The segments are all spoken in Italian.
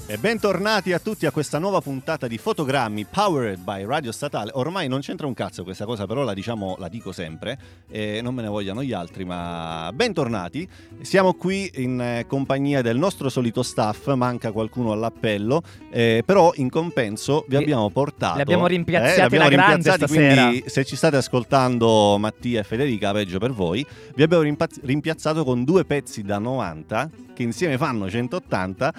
E bentornati a tutti a questa nuova puntata di Fotogrammi Powered by Radio Statale. Ormai non c'entra un cazzo questa cosa, però la dico sempre e non me ne vogliano gli altri, ma bentornati. Siamo qui in compagnia del nostro solito staff, manca qualcuno all'appello, però in compenso vi abbiamo portato... Li abbiamo rimpiazzati alla grande stasera. Quindi se ci state ascoltando Mattia e Federica, peggio per voi, vi abbiamo rimpiazzato con due pezzi da 90 che insieme fanno 180.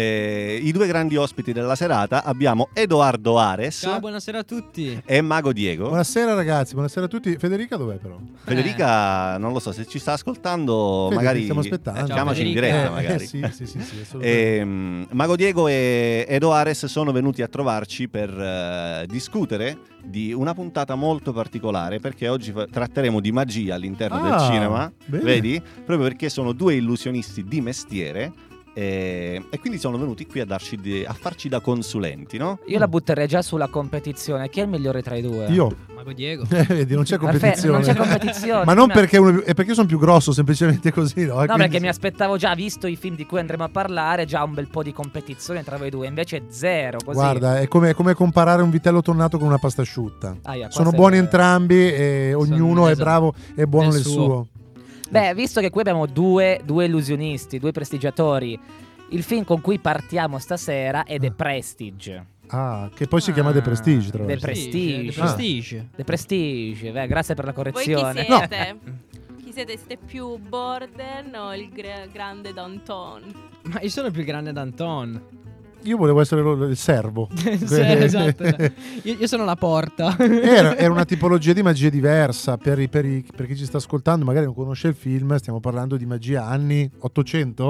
I due grandi ospiti della serata abbiamo Edoardo Ares. Ciao, buonasera a tutti. E Mago Diego. Buonasera ragazzi, buonasera a tutti. Federica dov'è però? Federica non lo so, se ci sta ascoltando Federica, magari stiamo aspettando. chiamaci in diretta magari. Sì, assolutamente. Mago Diego e Edo Ares sono venuti a trovarci per discutere di una puntata molto particolare, perché oggi tratteremo di magia all'interno del cinema. Bene. Vedi? Proprio perché sono due illusionisti di mestiere. E quindi sono venuti qui a farci da consulenti, no? Io la butterei già sulla competizione. Chi è il migliore tra i due? Io. Mago Diego. Vedi, non c'è competizione. Non c'è competizione. Ma non perché è perché io sono più grosso, semplicemente così, no? No, Quindi... perché mi aspettavo già, visto i film di cui andremo a parlare, già un bel po' di competizione tra voi due. Invece zero, così. Guarda, è come comparare un vitello tonnato con una pasta asciutta. Sono buoni entrambi e ognuno è bravo e buono nel suo. Beh, visto che qui abbiamo due illusionisti, due prestigiatori, il film con cui partiamo stasera è The Prestige. Che poi si chiama The Prestige, tra The l'altro. Prestige. The Prestige. Beh, grazie per la correzione. Voi chi siete? Chi siete? Siete più Borden o il grande Danton? Ma io sono il più grande Danton. Io volevo essere il servo. Sì, esatto. Io sono la porta. Era una tipologia di magia diversa per chi ci sta ascoltando, magari non conosce il film. Stiamo parlando di magia anni 800?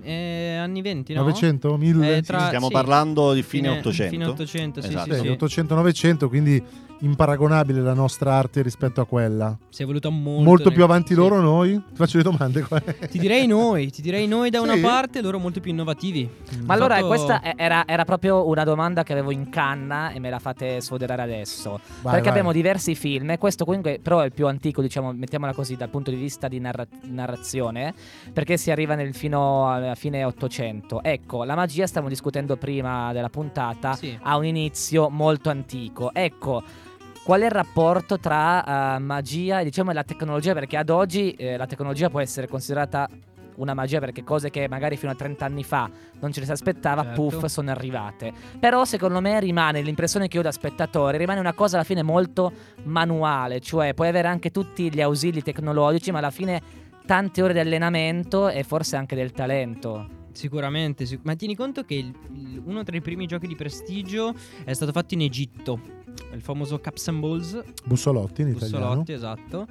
Anni 20, no? 900? 1000? Stiamo parlando di fine 800. Fine 800, sì, esatto. sì. 800-900, quindi imparagonabile la nostra arte rispetto a quella. Si è evoluta molto più avanti loro noi. Ti faccio le domande qua. Ti direi noi da una parte, loro molto più innovativi. Ma allora questa era proprio una domanda che avevo in canna e me la fate sfoderare adesso. Perché abbiamo diversi film e questo comunque però è il più antico, diciamo, mettiamola così, dal punto di vista di narrazione, perché si arriva fino alla fine 800. Ecco, la magia, stiamo discutendo prima della puntata, ha un inizio molto antico. Ecco, qual è il rapporto tra magia e, diciamo, la tecnologia? Perché ad oggi la tecnologia può essere considerata una magia, perché cose che magari fino a 30 anni fa non ce le si aspettava, puff, sono arrivate. Però secondo me rimane, l'impressione che ho da spettatore, rimane una cosa alla fine molto manuale, cioè puoi avere anche tutti gli ausili tecnologici, ma alla fine tante ore di allenamento e forse anche del talento. Sicuramente, ma tieni conto che uno tra i primi giochi di prestigio è stato fatto in Egitto, il famoso Cups and Balls. Bussolotti in italiano. Bussolotti, esatto.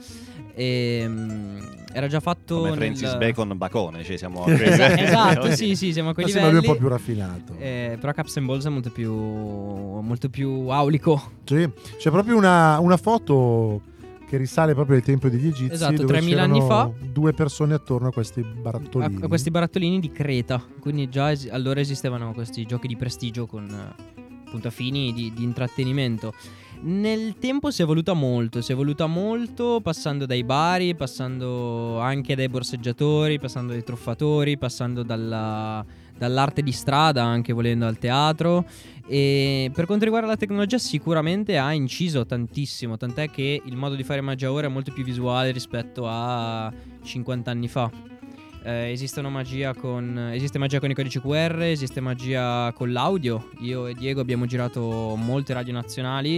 Era già fatto come Francis Bacon Bacone, cioè siamo a esatto, sì, siamo a quei livelli. Sembra lui un po' più raffinato. Però Cups and Balls è molto più aulico. Sì, c'è proprio una foto che risale proprio ai tempi degli egizi, esatto, dove 3000 anni fa, due persone attorno a questi barattolini. A questi barattolini di Creta. Quindi già allora esistevano questi giochi di prestigio con appunto fini di intrattenimento. Nel tempo si è evoluta molto, passando dai bari, passando anche dai borseggiatori, passando dai truffatori, passando dall'arte di strada, anche volendo, al teatro. E per quanto riguarda la tecnologia, sicuramente ha inciso tantissimo, tant'è che il modo di fare magia ora è molto più visuale rispetto a 50 anni fa. Esiste magia con i codici QR, esiste magia con l'audio. Io e Diego abbiamo girato molte radio nazionali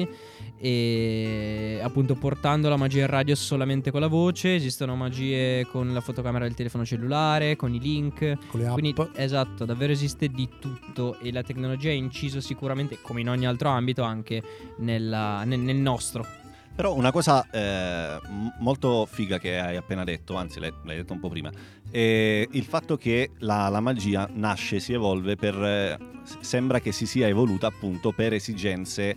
e appunto portando la magia in radio solamente con la voce. Esistono magie con la fotocamera del telefono cellulare, con i link, con le app. Quindi esatto, davvero esiste di tutto e la tecnologia ha inciso sicuramente, come in ogni altro ambito, anche nel nostro. Però una cosa molto figa che hai appena detto, anzi l'hai detto un po' prima, è il fatto che la magia nasce, si evolve sembra che si sia evoluta appunto per esigenze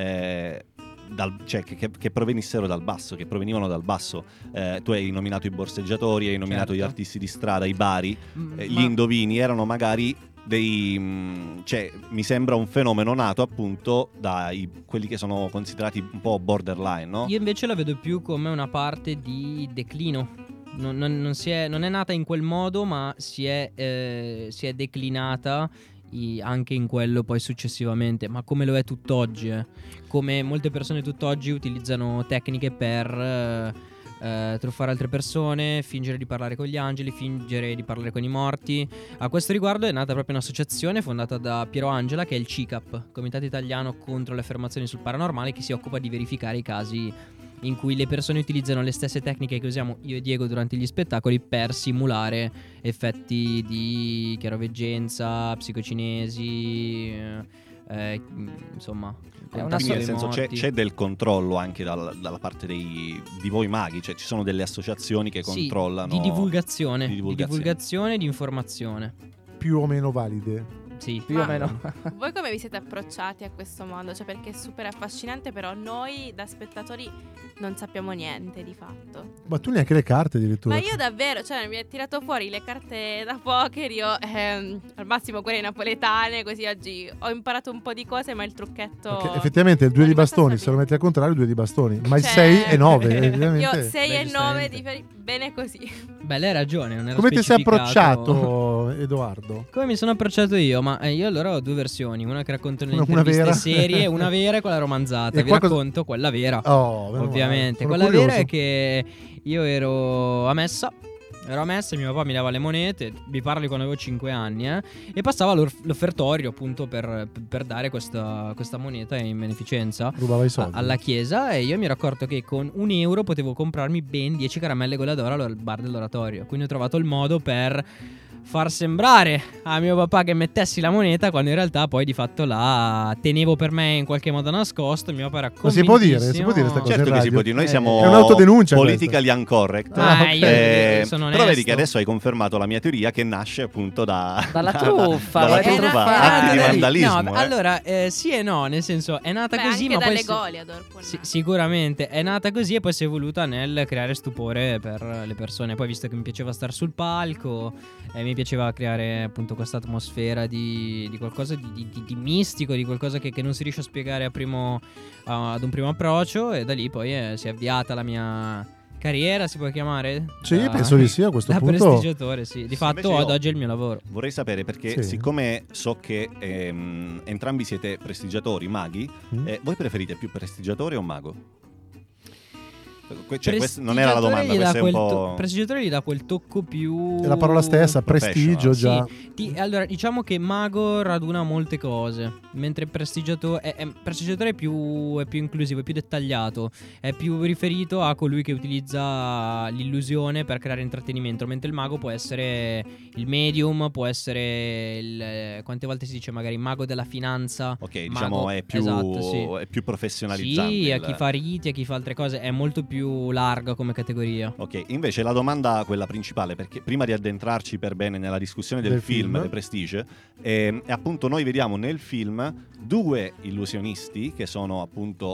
cioè che provenissero dal basso, che provenivano dal basso. Tu hai nominato i borseggiatori, hai nominato gli artisti di strada, i bari, gli indovini erano magari cioè mi sembra un fenomeno nato appunto dai quelli che sono considerati un po' borderline, no? Io invece la vedo più come una parte di declino. Non è nata in quel modo, ma si è declinata anche in quello poi successivamente, ma come lo è tutt'oggi, come molte persone tutt'oggi utilizzano tecniche per truffare altre persone, fingere di parlare con gli angeli, fingere di parlare con i morti. A questo riguardo è nata proprio un'associazione fondata da Piero Angela, che è il CICAP, Comitato Italiano contro le affermazioni sul paranormale, che si occupa di verificare i casi in cui le persone utilizzano le stesse tecniche che usiamo io e Diego durante gli spettacoli per simulare effetti di chiaroveggenza, psicocinesi, insomma. Quindi nel senso c'è del controllo anche dalla parte di voi maghi, cioè ci sono delle associazioni che controllano di divulgazione, di informazione. Più o meno valide. Sì, più o meno. Voi come vi siete approcciati a questo mondo? Cioè, perché è super affascinante, però noi da spettatori non sappiamo niente di fatto. Ma tu neanche le carte addirittura. Ma io davvero, cioè mi hai tirato fuori le carte da poker, io al massimo quelle napoletane, così oggi ho imparato un po' di cose, ma il trucchetto... Perché effettivamente il 2 di bastoni, se lo metti al contrario, il 2 di bastoni. Ma il 6 e 9, Io 6 e 9 bene così. Beh, lei ha ragione, non era come ti sei specificato. approcciato, Edoardo? Come mi sono approcciato io? Ma io allora ho due versioni, una che racconto nelle Una vera. interviste serie, una vera e quella romanzata. E Vi racconto quella vera. Ovviamente. Quella vera è che io ero a messa. Ero a messa e mio papà mi dava le monete. Vi parlo di quando avevo 5 anni, e passava l'offertorio appunto per dare questa moneta in beneficenza. Rubava i soldi alla chiesa. E io mi ero accorto che con €1 potevo comprarmi ben 10 caramelle Gola d'Oro al bar dell'oratorio. Quindi ho trovato il modo per far sembrare a mio papà che mettessi la moneta, quando in realtà poi di fatto la tenevo per me in qualche modo nascosto. Mio papà era convintissimo. Ma si può dire sta cosa? Certo che si può dire, noi siamo è un'autodenuncia politically uncorrect. Io sono onesto. Però vedi che adesso hai confermato la mia teoria, che nasce appunto dalla truffa, atti di vandalismo. No, allora sì e no, nel senso è nata così, anche ma dalle poi Goliador sicuramente è nata così, e poi si è evoluta nel creare stupore per le persone. Poi, visto che mi piaceva stare sul palco, mi piaceva creare appunto questa atmosfera di qualcosa di mistico, di qualcosa che non si riesce a spiegare ad un primo approccio, e da lì poi si è avviata la mia carriera, si può chiamare? Sì, penso di sì, a questo punto. Da prestigiatore, sì. Di fatto ad oggi è il mio lavoro. Vorrei sapere, perché siccome so che entrambi siete prestigiatori, maghi, voi preferite più prestigiatore o mago? Cioè, non era la domanda, questa è un po'... Prestigiatore gli dà quel tocco più... È la parola stessa, prestigio già. Sì. Allora, diciamo che mago raduna molte cose, mentre prestigiatore è più inclusivo, è più dettagliato, è più riferito a colui che utilizza l'illusione per creare intrattenimento, mentre il mago può essere il medium, può essere quante volte si dice magari mago della finanza. Ok, mago, diciamo è più, esatto, sì. È più professionalizzante. Sì, a chi fa riti, a chi fa altre cose, è molto più larga come categoria. Ok, invece la domanda, quella principale, perché prima di addentrarci per bene nella discussione del film The Prestige, appunto noi vediamo nel film due illusionisti che sono appunto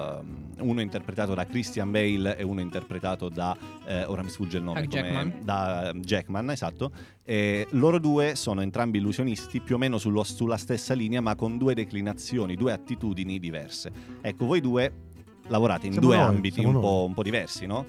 uno interpretato da Christian Bale e uno interpretato da ora mi sfugge il nome, da Jackman, esatto. Loro due sono entrambi illusionisti, più o meno sulla stessa linea, ma con due declinazioni, due attitudini diverse. Ecco, voi due lavorate in due ambiti un po' diversi, no?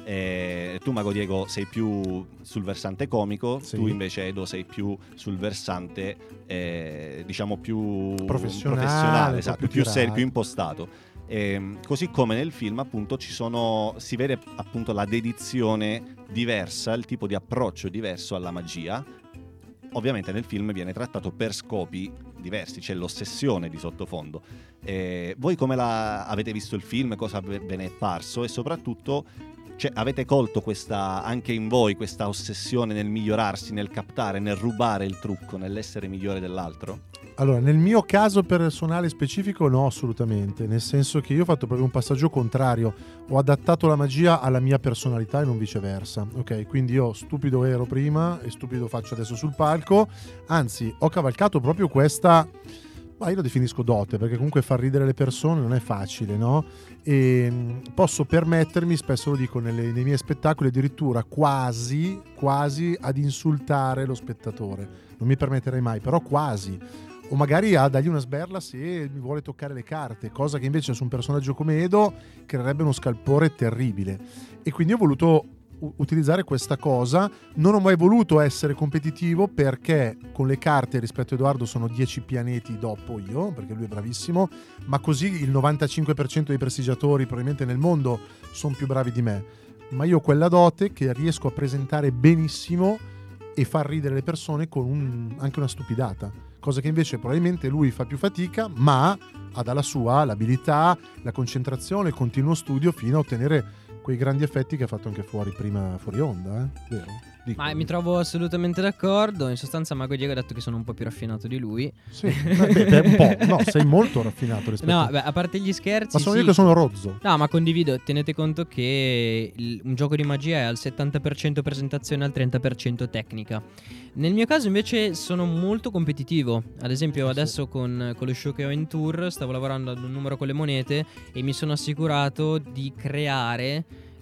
Tu, Mago Diego, sei più sul versante comico, sì. Tu invece, Edo, sei più sul versante diciamo più professionale, esatto, più serio, più impostato. Così come nel film appunto si vede appunto la dedizione diversa, il tipo di approccio diverso alla magia. Ovviamente nel film viene trattato per scopi diversi, c'è l'ossessione di sottofondo. Voi come avete visto il film, cosa ve ne è parso, e soprattutto avete colto anche in voi questa ossessione nel migliorarsi, nel captare, nel rubare il trucco, nell'essere migliore dell'altro? Allora, nel mio caso personale specifico no, assolutamente, nel senso che io ho fatto proprio un passaggio contrario, ho adattato la magia alla mia personalità e non viceversa, ok? Quindi io stupido ero prima e stupido faccio adesso sul palco, anzi ho cavalcato proprio questa, ma io lo definisco dote, perché comunque far ridere le persone non è facile, no? E posso permettermi, spesso lo dico nei miei spettacoli, addirittura quasi ad insultare lo spettatore, non mi permetterei mai, però quasi. O magari a dargli una sberla se mi vuole toccare le carte, cosa che invece su un personaggio come Edo creerebbe uno scalpore terribile. E quindi ho voluto utilizzare questa cosa. Non ho mai voluto essere competitivo perché con le carte rispetto a Edoardo sono 10 pianeti dopo io, perché lui è bravissimo, ma così il 95% dei prestigiatori probabilmente nel mondo sono più bravi di me. Ma io ho quella dote che riesco a presentare benissimo e far ridere le persone con anche una stupidata, cosa che invece probabilmente lui fa più fatica, ma ha dalla sua l'abilità, la concentrazione, il continuo studio fino a ottenere quei grandi effetti che ha fatto anche fuori onda, vero? Dico. Ma mi trovo assolutamente d'accordo. In sostanza Mago Diego ha detto che sono un po' più raffinato di lui. Sì, un po'. No, sei molto raffinato rispetto No, beh, a parte gli scherzi, ma sono sì. io che sono rozzo. No, ma condivido. Tenete conto che un gioco di magia è al 70% presentazione, al 30% tecnica. Nel mio caso invece sono molto competitivo. Ad esempio adesso con lo show che ho in tour stavo lavorando ad un numero con le monete e mi sono assicurato di creare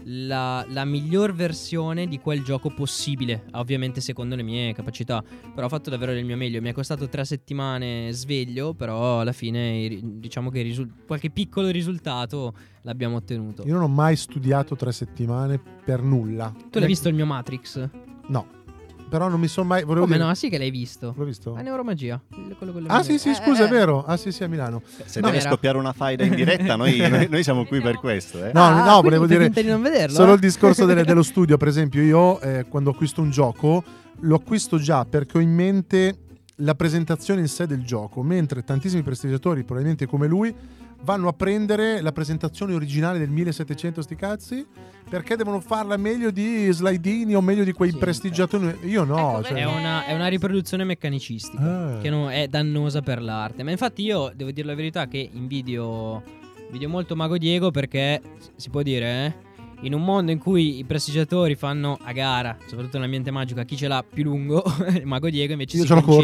la miglior versione di quel gioco possibile, ovviamente secondo le mie capacità, però ho fatto davvero del mio meglio. Mi è costato 3 settimane sveglio, però alla fine diciamo che qualche piccolo risultato l'abbiamo ottenuto. Io non ho mai studiato 3 settimane per nulla. Tu l'hai visto il mio Matrix? No, però non mi sono mai... Come no? Sì che l'hai visto. L'ho visto? A Neuromagia. Quello con le Ah monete. sì, scusa, è vero. Ah sì, a Milano. Se deve scoppiare una faida in diretta, noi siamo qui per questo. No, volevo dire di non vederlo, solo il discorso dello studio. Per esempio io quando acquisto un gioco lo acquisto già perché ho in mente la presentazione in sé del gioco, mentre tantissimi prestigiatori, probabilmente come lui, vanno a prendere la presentazione originale del 1700 sti cazzi perché devono farla meglio di Slidini o meglio di quei prestigiatori. Io no, Ecco, È una riproduzione meccanicistica che è dannosa per l'arte. Ma infatti io devo dire la verità che invidio molto Mago Diego, perché si può dire in un mondo in cui i prestigiatori fanno a gara, soprattutto nell'ambiente magico, a chi ce l'ha più lungo, Mago Diego invece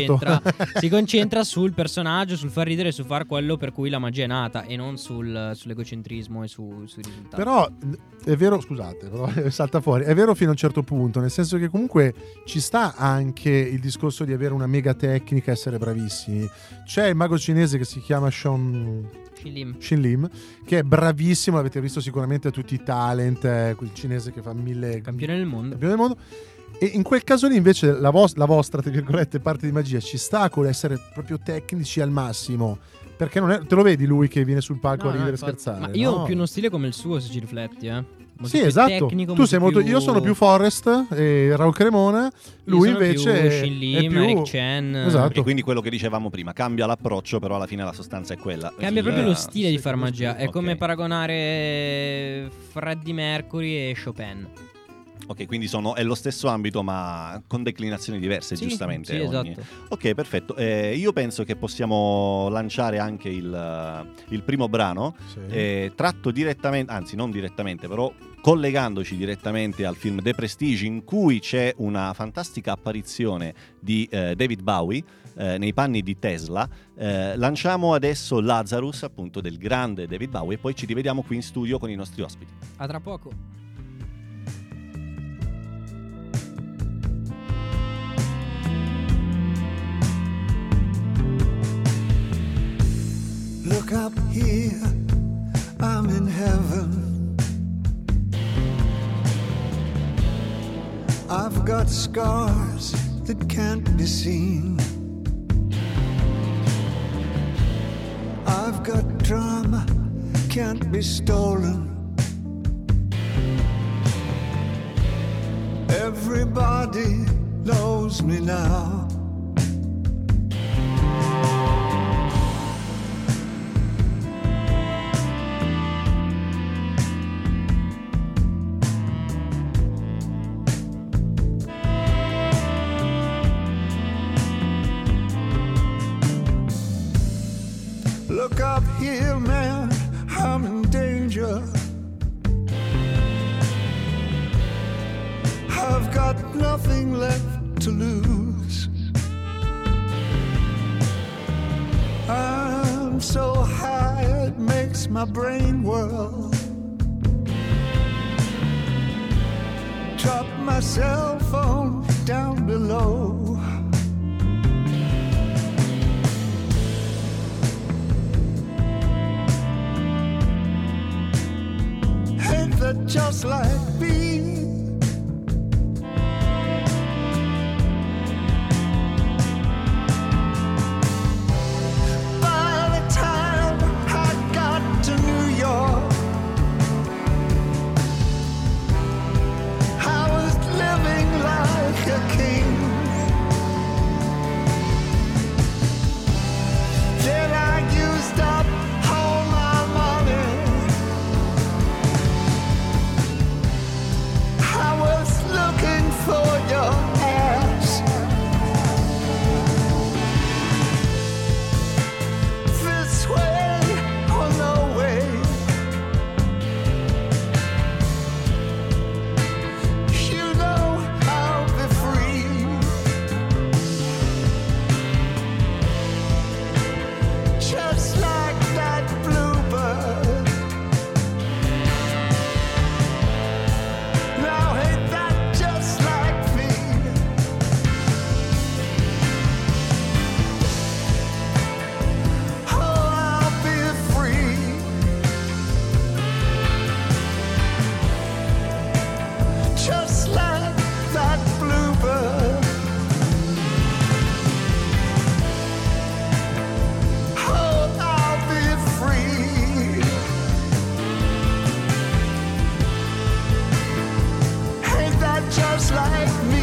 si concentra sul personaggio, sul far ridere, su far quello per cui la magia è nata e non sull'egocentrismo e sui risultati. Però è vero, scusate, però salta fuori, è vero fino a un certo punto, nel senso che comunque ci sta anche il discorso di avere una mega tecnica, essere bravissimi. C'è il mago cinese che si chiama Shin Lim, che è bravissimo, l'avete visto sicuramente a tutti i talent, quel cinese che fa 1000 campione del mondo. E in quel caso lì invece la vostra, tra virgolette, parte di magia ci sta con essere proprio tecnici al massimo, perché non è, te lo vedi lui che viene sul palco a ridere e scherzare? Ma io ho più uno stile come il suo, se ci rifletti, molto sì, più esatto. Tecnico, tu sei molto io sono più Forrest e Raul Cremona, lui invece più Shin Lim, Eric Chen. Esatto. E quindi quello che dicevamo prima, cambia l'approccio, però alla fine la sostanza è quella. Cambia proprio lo stile di far magia. È come Ok. paragonare Freddie Mercury e Chopin. Ok, quindi è lo stesso ambito ma con declinazioni diverse, Sì, giustamente. sì, esatto. Ok, perfetto. Io penso che possiamo lanciare anche il primo brano, Sì. tratto direttamente, anzi non direttamente, però collegandoci direttamente al film The Prestige, in cui c'è una fantastica apparizione di David Bowie nei panni di Tesla. Lanciamo adesso Lazarus, appunto, del grande David Bowie, e poi ci rivediamo qui in studio con i nostri ospiti. A tra poco. Look up here, I'm in heaven. I've got scars that can't be seen. I've got drama, can't be stolen. Everybody knows me now. Look up here, man, I'm in danger. I've got nothing left to lose. I'm so high it makes my brain whirl. Drop my cell phone down below. Ain't that just like being a king. Then I used up all my money. I was looking for your ass. This way or no way. You know I'll be free. Just like that bluebird. Now ain't that just like me? Oh, I'll be free. Just like that bluebird. Oh, I'll be free. Ain't that just like me?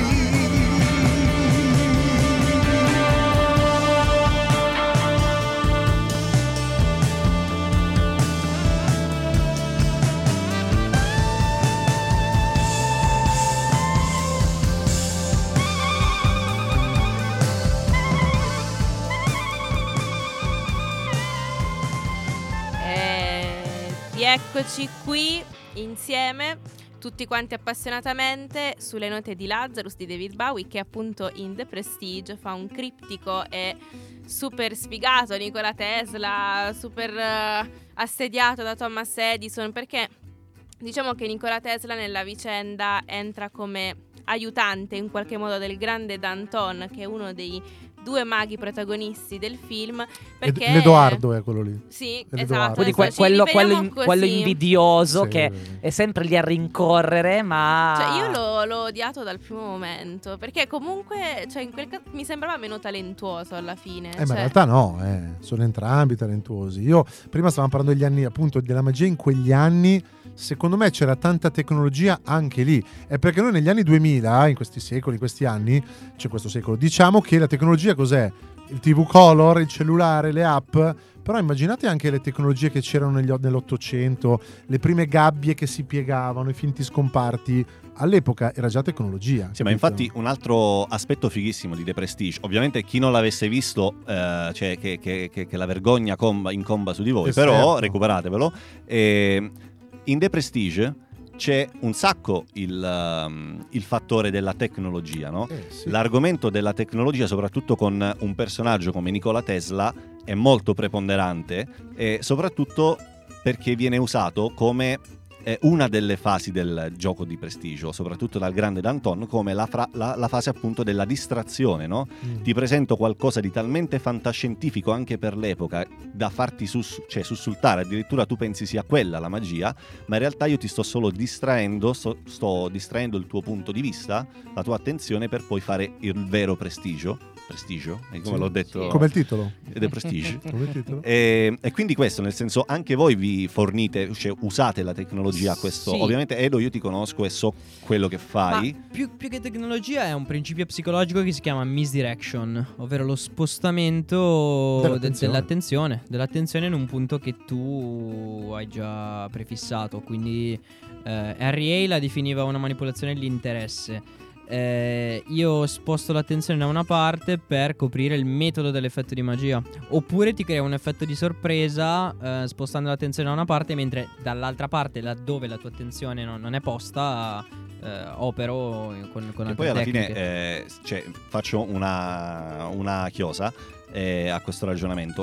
Rieccoci qui insieme, tutti quanti appassionatamente, sulle note di Lazarus di David Bowie, che appunto in The Prestige fa un criptico e super sfigato Nikola Tesla, super assediato da Thomas Edison, perché diciamo che Nikola Tesla nella vicenda entra come aiutante in qualche modo del grande Danton, che è uno dei due maghi protagonisti del film, perché L'Edoardo è quello lì. sì, Ed esatto, Quindi adesso ci quello riferiamo così. quello invidioso Sì. che è sempre lì a rincorrere, ma Cioè io l'ho odiato dal primo momento, perché comunque cioè, in quel caso mi sembrava meno talentuoso alla fine. Ma in cioè, realtà no, sono entrambi talentuosi. Io prima stavamo parlando degli anni, appunto, della magia in quegli anni. Secondo me c'era tanta tecnologia anche lì. È perché noi negli anni 2000, in questi secoli, in questi anni, cioè questo secolo, diciamo che la tecnologia cos'è? Il TV color, il cellulare, le app. Però immaginate anche le tecnologie che c'erano nell'Ottocento, le prime gabbie che si piegavano, i finti scomparti. All'epoca era già tecnologia. Sì, ma infatti un altro aspetto fighissimo di The Prestige, ovviamente chi non l'avesse visto, cioè che la vergogna incomba su di voi, però certo. recuperatevelo. In The Prestige c'è un sacco il fattore della tecnologia, no? Sì. L'argomento della tecnologia, soprattutto con un personaggio come Nikola Tesla, è molto preponderante, e soprattutto perché viene usato come una delle fasi del gioco di prestigio, soprattutto dal grande Danton, come la fase appunto della distrazione, no? Ti presento qualcosa di talmente fantascientifico anche per l'epoca da farti sussultare, addirittura tu pensi sia quella la magia, ma in realtà io ti sto solo distraendo, sto distraendo il tuo punto di vista, la tua attenzione, per poi fare il vero prestigio, e come Sì. l'ho detto, Come il titolo. The Prestige. Come il titolo. E quindi questo, nel senso, anche voi vi fornite, cioè usate la tecnologia a questo. Sì. Ovviamente Edo, io ti conosco e so quello che fai. Ma più che tecnologia è un principio psicologico che si chiama misdirection, ovvero lo spostamento dell'attenzione in un punto che tu hai già prefissato. Quindi Harry Hay la definiva una manipolazione dell'interesse. Io sposto l'attenzione da una parte per coprire il metodo dell'effetto di magia, oppure ti crea un effetto di sorpresa spostando l'attenzione da una parte, mentre dall'altra parte, laddove la tua attenzione non è posta, opero con E altre poi alla tecniche. fine faccio una chiosa a questo ragionamento.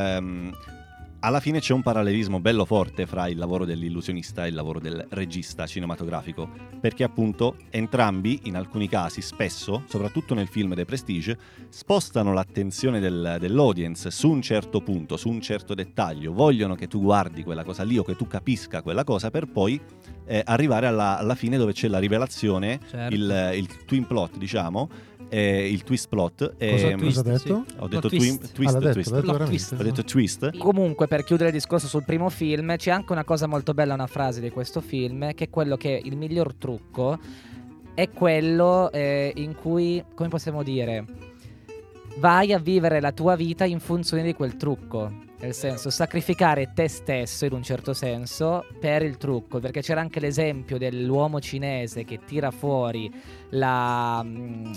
Alla fine c'è un parallelismo bello forte fra il lavoro dell'illusionista e il lavoro del regista cinematografico, perché appunto entrambi, in alcuni casi, spesso, soprattutto nel film The Prestige, spostano l'attenzione dell'audience su un certo punto, su un certo dettaglio, vogliono che tu guardi quella cosa lì o che tu capisca quella cosa, per poi arrivare alla fine, dove c'è la rivelazione, Certo. il twin plot, diciamo, il twist plot. Cosa ha detto? Ho detto Plot twist. L'ha detto, twist. l'ha detto Plot veramente? twist. Ho detto twist. Comunque, per chiudere il discorso sul primo film, c'è anche una cosa molto bella, una frase di questo film, che è quello che il miglior trucco è quello in cui, come possiamo dire, vai a vivere la tua vita in funzione di quel trucco. Nel senso, sacrificare te stesso in un certo senso per il trucco, perché c'era anche l'esempio dell'uomo cinese che tira fuori la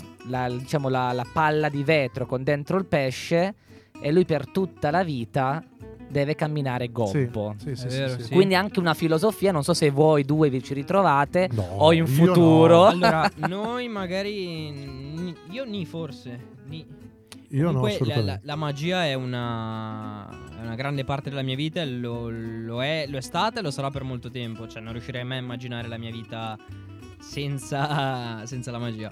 palla di vetro con dentro il pesce, e lui per tutta la vita deve camminare gobbo. Sì. Quindi anche una filosofia, non so se voi due vi ci ritrovate No, o in io futuro. no. Allora, noi magari io forse. Io no, Comunque assolutamente. la magia è una grande parte della mia vita, e lo è stata e lo sarà per molto tempo. Cioè non riuscirei mai a immaginare la mia vita senza la magia.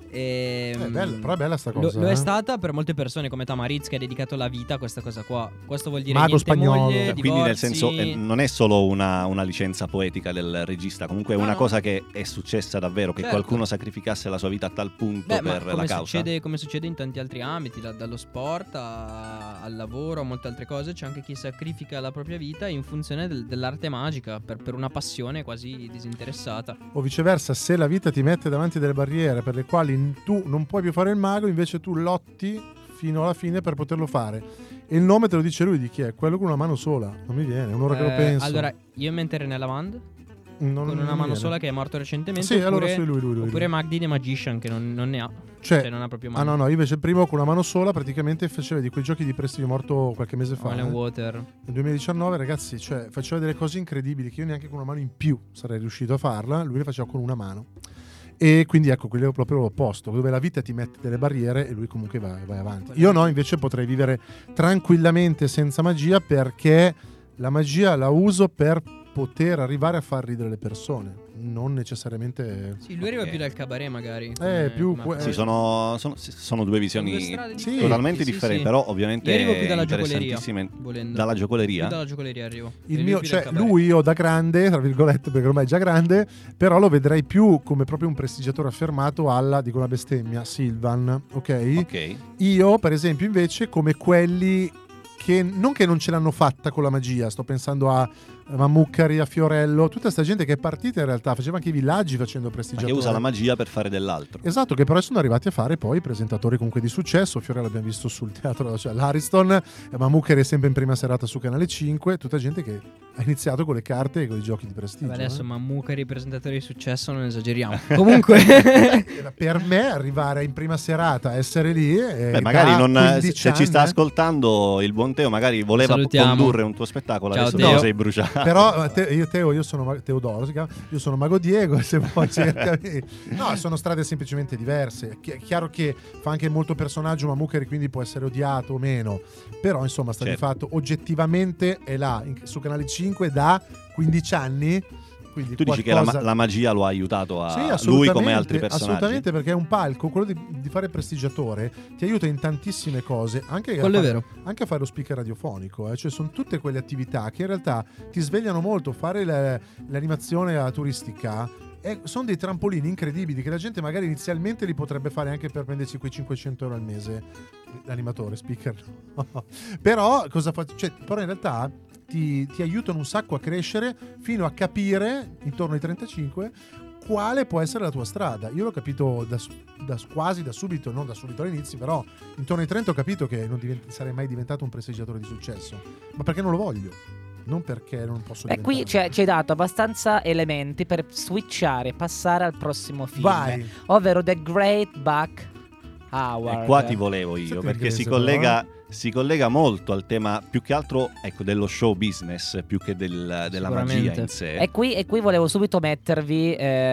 Però è bella sta cosa. Lo è stata per molte persone, come Tamariz, che ha dedicato la vita a questa cosa qua. Questo vuol dire Mago niente spagnolo. moglie, Quindi nel divorzi. senso non è solo una licenza poetica del regista, comunque è No, una no. cosa che è successa davvero, che Certo. qualcuno sacrificasse la sua vita a tal punto Beh, ma per la causa. come succede in tanti altri ambiti, dallo sport al lavoro a molte altre cose, c'è anche chi sacrifica la propria vita in funzione dell'arte magica, per una passione quasi disinteressata. O viceversa, se la vita ti mette davanti delle barriere per le quali tu non puoi più fare il mago, invece tu lotti fino alla fine per poterlo fare. E il nome te lo dice lui, di chi è? Quello con una mano sola. Non mi viene, è un'ora che lo penso. Allora, io mentre nella band Non con mi una mano viene. sola, che è morto recentemente. Sì, oppure, allora sì, lui. oppure Magdi the Magician, che non ne ha. Cioè, non ha proprio Ah mano. no, io invece il primo con una mano sola praticamente faceva di quei giochi di prestigio, morto qualche mese fa. Alan Nel Water. 2019, ragazzi, cioè, faceva delle cose incredibili che io neanche con una mano in più sarei riuscito a farla. Lui le faceva con una mano. E quindi ecco, quello è proprio l'opposto, dove la vita ti mette delle barriere e lui comunque vai avanti. Io no, invece potrei vivere tranquillamente senza magia, perché la magia la uso per poter arrivare a far ridere le persone, non necessariamente. Sì, lui arriva più dal cabaret magari. più Sì, sono due visioni due strade Sì. differenti, totalmente sì, differenti, sì. però ovviamente Io arrivo più dalla giocoleria, interessantissime. volendo. Dalla giocoleria? Più dalla giocoleria arrivo. E Il lui mio, più dal cioè, cabaret. lui io da grande, tra virgolette, perché ormai è già grande, però lo vedrei più come proprio un prestigiatore affermato alla, dico una bestemmia, Sylvan, ok? Ok. Io, per esempio, invece, come quelli che non ce l'hanno fatta con la magia, sto pensando a Mammucari, a Fiorello, tutta sta gente che è partita in realtà, faceva anche i villaggi facendo Ma che prestigiatori. usa la magia per fare dell'altro. Esatto, che però sono arrivati a fare poi presentatori comunque di successo. Fiorello l'abbiamo visto sul teatro, cioè all'Ariston, Mammucari è sempre in prima serata su Canale 5, tutta gente che ha iniziato con le carte e con i giochi di prestigio. Vabbè, adesso eh. Mammucari, presentatore di successo, non esageriamo. Comunque Era per me arrivare in prima serata, essere lì e Beh, magari da se 15 ci sta anni, ascoltando il buon Teo, magari voleva Salutiamo. condurre un tuo spettacolo, Ciao, adesso Teo. però sei bruciato. Però io sono Teodoro, si chiama? Io sono Mago Diego, se vuoi cercami. No, sono strade semplicemente diverse. È chiaro che fa anche molto personaggio Mammucari, quindi può essere odiato o meno. Però insomma sta di Certo. fatto oggettivamente è là su Canale 5 da 15 anni. Quindi Tu dici che qualcosa- la magia lo ha aiutato a Sì, lui assolutamente, come altri personaggi. assolutamente, perché è un palco, quello di fare prestigiatore ti aiuta in tantissime cose, anche a quello è fare- vero. anche a fare lo speaker radiofonico, cioè sono tutte quelle attività che in realtà ti svegliano molto. Fare l'animazione turistica sono dei trampolini incredibili che la gente magari inizialmente li potrebbe fare anche per prendersi quei 500 euro al mese, l'animatore, speaker no. Però cosa fa? Cioè, però in realtà ti aiutano un sacco a crescere fino a capire intorno ai 35 quale può essere la tua strada. Io l'ho capito quasi da subito, non da subito all'inizio, però intorno ai 30 ho capito che non sarei mai diventato un prestigiatore di successo, ma perché non lo voglio, non perché non posso E qui diventare. ci hai dato abbastanza elementi per switchare, passare al prossimo film, Vai. ovvero The Great Buck Howard. E qua ti volevo io, Senti perché l'inglese, si collega molto al tema più che altro, ecco, dello show business più che della magia Sicuramente. in sé. E qui volevo subito mettervi,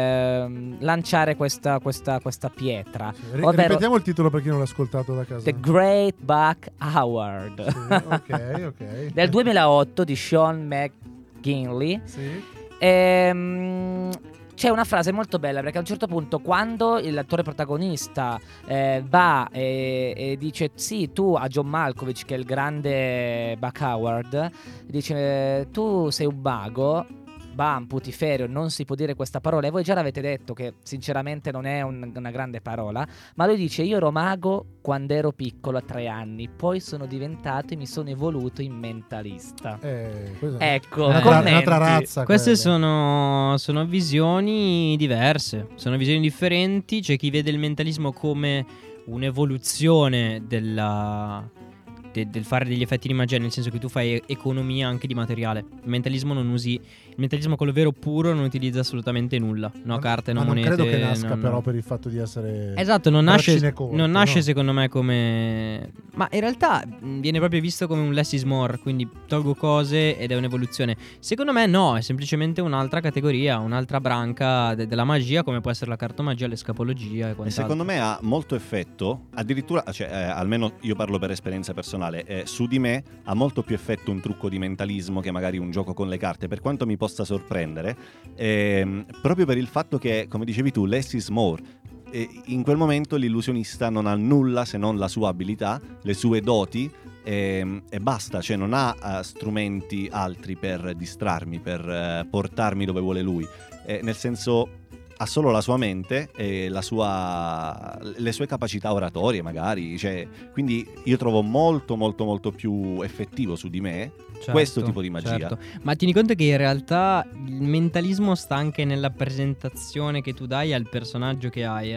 lanciare questa pietra, ovvero Ripetiamo il titolo per chi non l'ha ascoltato da casa. The Great Buck Howard, Sì, ok. del 2008 di Sean McGinley. Sì. C'è una frase molto bella, perché a un certo punto, quando l'attore protagonista va e dice sì, tu a John Malkovich, che è il grande Buck Howard, dice tu sei un mago, bam, putiferio, non si può dire questa parola, e voi già l'avete detto che sinceramente non è una grande parola, ma lui dice: io ero mago quando ero piccolo a 3 anni, poi sono diventato e mi sono evoluto in mentalista. Ecco, un'altra razza. Queste sono visioni diverse, sono visioni differenti. C'è chi vede il mentalismo come un'evoluzione del fare degli effetti di magia, nel senso che tu fai economia anche di materiale. Il mentalismo quello vero puro non utilizza assolutamente nulla, carte, ma monete. Non credo che nasca però per il fatto di essere esatto, non nasce no? Secondo me come, ma in realtà viene proprio visto come un less is more, quindi tolgo cose ed è un'evoluzione. Secondo me no, è semplicemente un'altra categoria, un'altra branca della magia, come può essere la cartomagia, l'escapologia e quant'altro. E secondo me ha molto effetto, addirittura, almeno io parlo per esperienza personale, su di me ha molto più effetto un trucco di mentalismo che magari un gioco con le carte, per quanto mi possa sorprendere, proprio per il fatto che, come dicevi tu, less is more. In quel momento l'illusionista non ha nulla se non la sua abilità, le sue doti, e basta, cioè non ha strumenti altri per distrarmi, per portarmi dove vuole lui, nel senso ha solo la sua mente e le sue capacità oratorie magari, cioè, quindi io trovo molto molto molto più effettivo su di me questo tipo di magia. Certo. Ma tieni conto che in realtà il mentalismo sta anche nella presentazione che tu dai al personaggio che hai,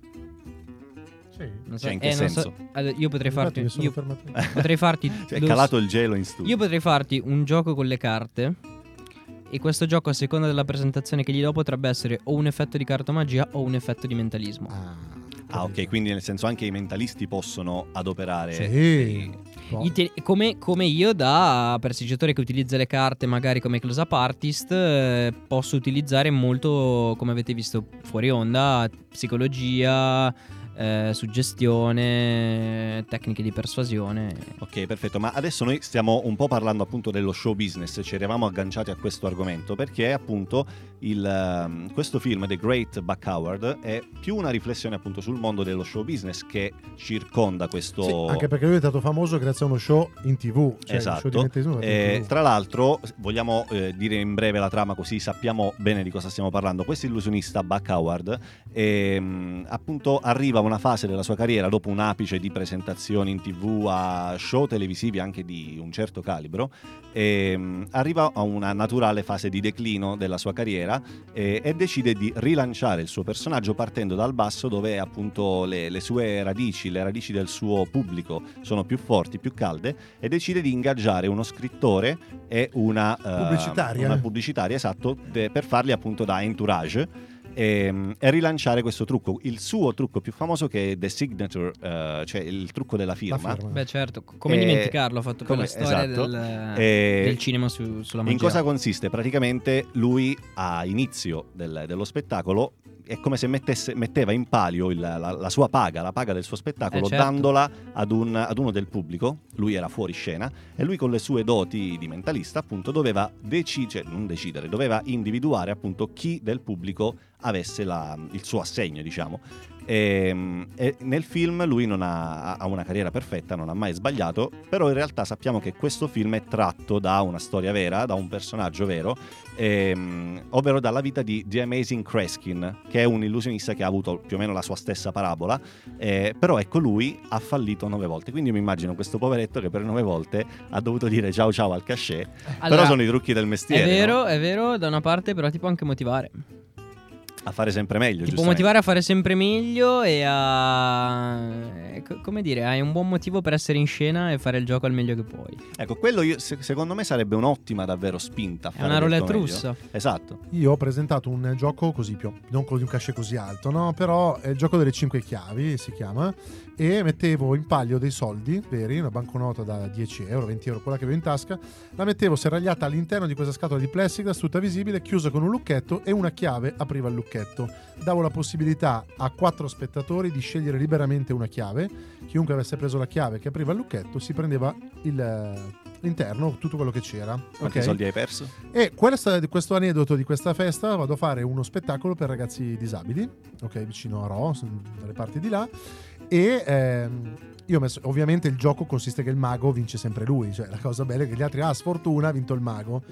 Sì. Non so, cioè, in che senso? Allora, io potrei farti potrei farti è calato il gelo in studio. Io potrei farti un gioco con le carte, e questo gioco, a seconda della presentazione che gli do, potrebbe essere o un effetto di cartomagia o un effetto di mentalismo. Ok, quindi nel senso anche i mentalisti possono adoperare. Sì. Come io, da prestigiatore che utilizza le carte magari come close-up artist, posso utilizzare molto, come avete visto fuori onda, psicologia, suggestione, tecniche di persuasione. Ok, perfetto, ma adesso noi stiamo un po' parlando appunto dello show business, ci eravamo agganciati a questo argomento perché appunto questo film The Great Buck Howard è più una riflessione appunto sul mondo dello show business che circonda questo... Sì, anche perché lui è stato famoso grazie a uno show in TV, cioè esatto. Il show di mentalismo in TV. Tra l'altro vogliamo dire in breve la trama, così sappiamo bene di cosa stiamo parlando. Questo illusionista Buck Howard appunto arriva a una fase della sua carriera, dopo un apice di presentazioni in TV a show televisivi anche di un certo calibro, arriva a una naturale fase di declino della sua carriera e decide di rilanciare il suo personaggio partendo dal basso, dove appunto le sue radici, le radici del suo pubblico sono più forti, più calde, e decide di ingaggiare uno scrittore e una pubblicitaria, esatto, per farli appunto da entourage e rilanciare questo trucco, il suo trucco più famoso, che è The Signature, cioè il trucco della firma. Beh certo, come dimenticarlo, ha fatto poi la storia, esatto, del cinema sulla magia. In cosa consiste? Praticamente lui a inizio dello spettacolo è come se metteva in palio la sua paga, la paga del suo spettacolo, certo, dandola ad uno del pubblico. Lui era fuori scena e lui, con le sue doti di mentalista, appunto doveva doveva individuare appunto chi del pubblico avesse il suo assegno, diciamo. E nel film lui non ha una carriera perfetta, non ha mai sbagliato, però in realtà sappiamo che questo film è tratto da una storia vera, da un personaggio vero, ovvero dalla vita di The Amazing Kreskin, che è un illusionista che ha avuto più o meno la sua stessa parabola, però ecco, lui ha fallito 9 volte, quindi mi immagino questo poveretto che per 9 volte ha dovuto dire ciao ciao al cachet. Allora, però sono i trucchi del mestiere. È vero da una parte, però ti può anche motivare a fare sempre meglio. Ti può motivare a fare sempre meglio e come dire, hai un buon motivo per essere in scena e fare il gioco al meglio che puoi. Ecco, quello secondo me sarebbe un'ottima davvero spinta. È una roulette russa. Esatto. Io ho presentato un gioco così, non con un cachet così alto, no? Però è il gioco delle 5 chiavi, si chiama, e mettevo in palio dei soldi veri, una banconota da 10 euro, 20 euro, quella che avevo in tasca, la mettevo serragliata all'interno di questa scatola di plexiglass, tutta visibile, chiusa con un lucchetto, e una chiave apriva il lucchetto. Davo la possibilità a 4 spettatori di scegliere liberamente una chiave. Chiunque avesse preso la chiave che apriva il lucchetto si prendeva l'interno, tutto quello che c'era. Quanti soldi hai perso? E questo aneddoto di questa festa, vado a fare uno spettacolo per ragazzi disabili, ok, vicino a Ro, dalle parti di là, e io ho messo, ovviamente il gioco consiste che il mago vince sempre lui, cioè la cosa bella è che gli altri, sfortuna, ha vinto il mago.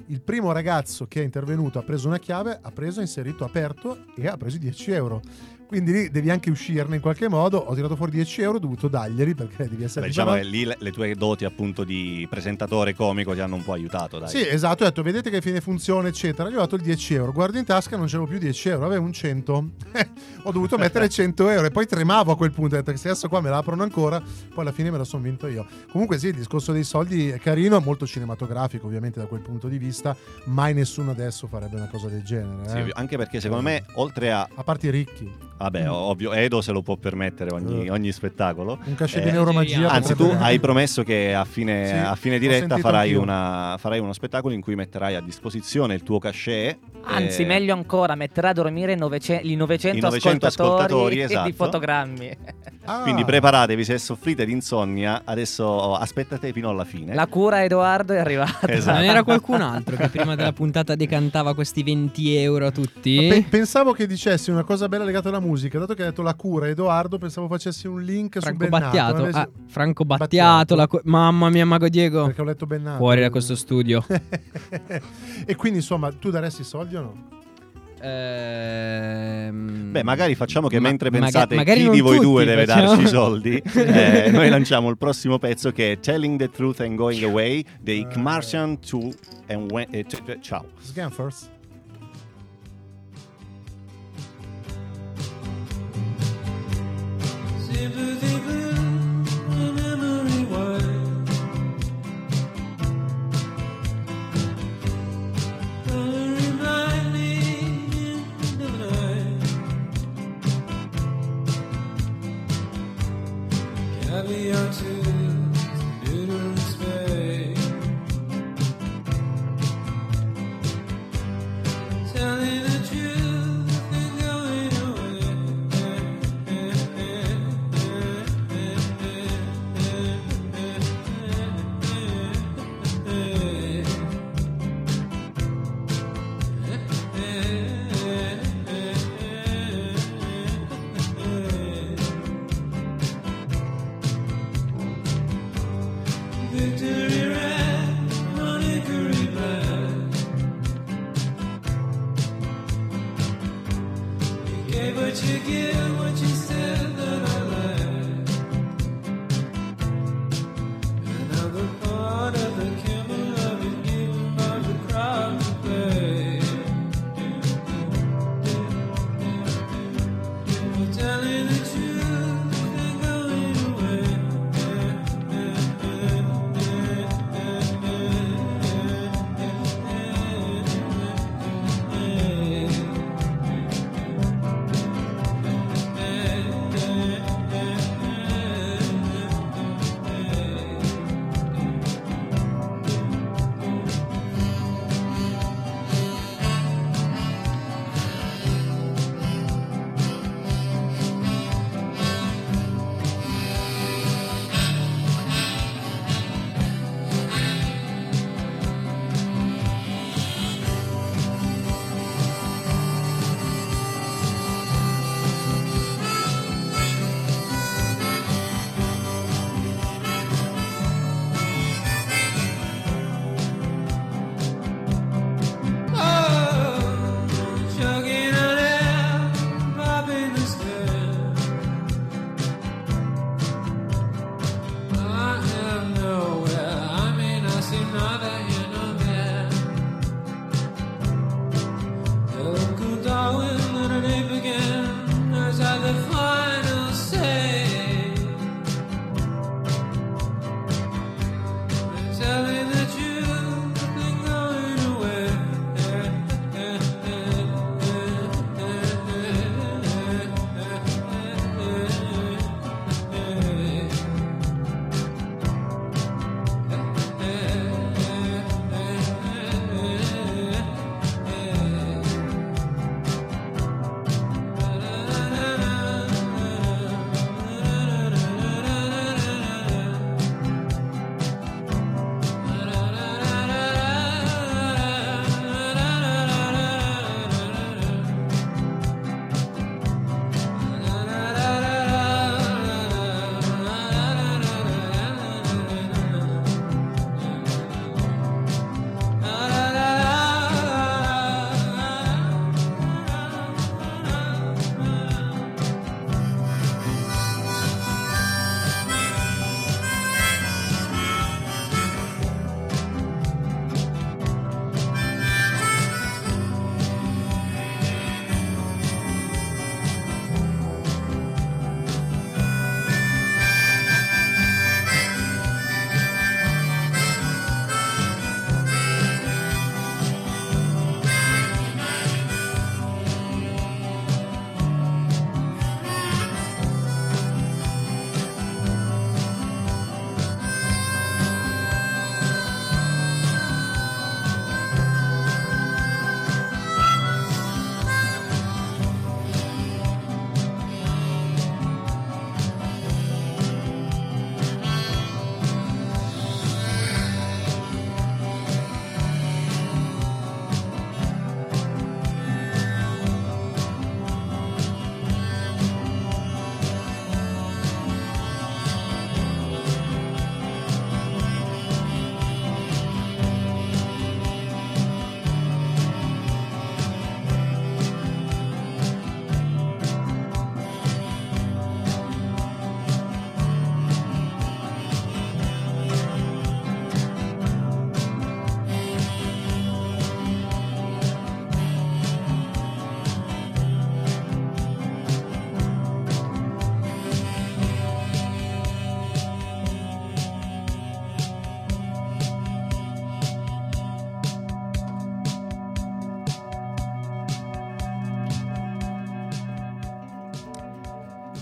il primo ragazzo che è intervenuto ha preso una chiave, ha inserito, aperto e ha preso i 10 euro. Quindi lì devi anche uscirne in qualche modo. Ho tirato fuori 10 euro, ho dovuto darglieli perché devi essere... Diciamo che lì le tue doti appunto di presentatore comico ti hanno un po' aiutato, dai. Sì, esatto, ho detto vedete che fine funziona eccetera. Gli ho dato il 10 euro, guardo in tasca, non c'avevo più 10 euro, avevo un 100. Ho dovuto mettere 100 euro e poi tremavo a quel punto, ho detto che se adesso qua me la aprono ancora, poi alla fine me la sono vinto io. Comunque sì, il discorso dei soldi è carino, molto cinematografico ovviamente da quel punto di vista, mai nessuno adesso farebbe una cosa del genere. Sì, anche perché secondo me oltre a parte i ricchi, vabbè, ovvio, Edo se lo può permettere ogni spettacolo. Un cachet di neuromagia. Anzi, tu hai promesso che a fine diretta farai anch'io. farai uno spettacolo in cui metterai a disposizione il tuo cachet. Anzi, meglio ancora, metterà a dormire i 900 ascoltatori, esatto. di fotogrammi. Quindi preparatevi, se soffrite di insonnia, adesso aspettate fino alla fine. La cura Edoardo è arrivata. Esatto. Non era qualcun altro che prima della puntata decantava questi 20 euro a tutti? Pensavo che dicessi una cosa bella legata alla musica, dato che hai detto la cura Edoardo, pensavo facessi un link Franco su Bennato. Battiato. Franco Battiato. Mamma mia, Mago Diego. Perché ho letto Bennato. Fuori da questo studio. E quindi insomma, tu daresti soldi o no? Beh, magari facciamo che mentre pensate magari chi non di voi tutti, due deve facciamo. darci i soldi, noi lanciamo il prossimo pezzo che è Telling the Truth and Going Away dei Martian 2 ciao. Scanfers.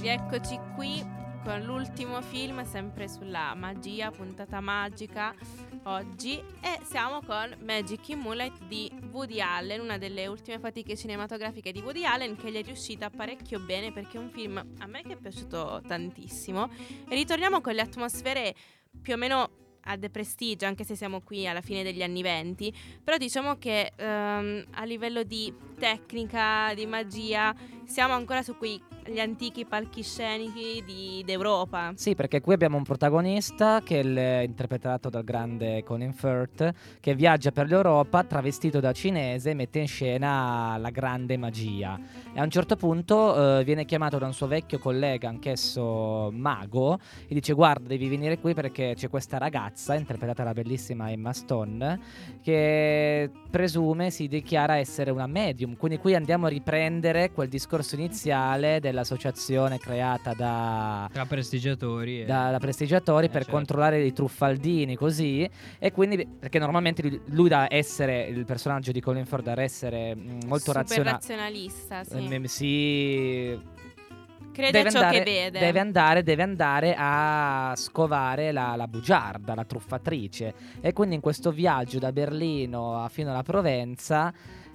Rieccoci qui con l'ultimo film, sempre sulla magia, puntata magica oggi, e siamo con Magic in Moonlight di Woody Allen, una delle ultime fatiche cinematografiche di Woody Allen, che gli è riuscita parecchio bene perché è un film a me che è piaciuto tantissimo. E ritorniamo con le atmosfere più o meno a The Prestige, anche se siamo qui alla fine degli anni 20, però diciamo che a livello di tecnica, di magia, siamo ancora su gli antichi palcoscenici d'Europa. Sì, perché qui abbiamo un protagonista che è interpretato dal grande Colin Firth, che viaggia per l'Europa travestito da cinese e mette in scena la grande magia. E a un certo punto viene chiamato da un suo vecchio collega, anch'esso mago, e dice: guarda, devi venire qui perché c'è questa ragazza, interpretata dalla bellissima Emma Stone, che presume, si dichiara essere una medium. Quindi qui andiamo a riprendere quel discorso iniziale dell'associazione creata da prestigiatori da prestigiatori per certo. controllare i truffaldini, così. E quindi, perché normalmente lui da essere il personaggio di Colin Firth, da essere molto razionalista, sì. Sì, crede a ciò che vede. Deve andare a scovare la bugiarda, la truffatrice. E quindi in questo viaggio da Berlino fino alla Provenza,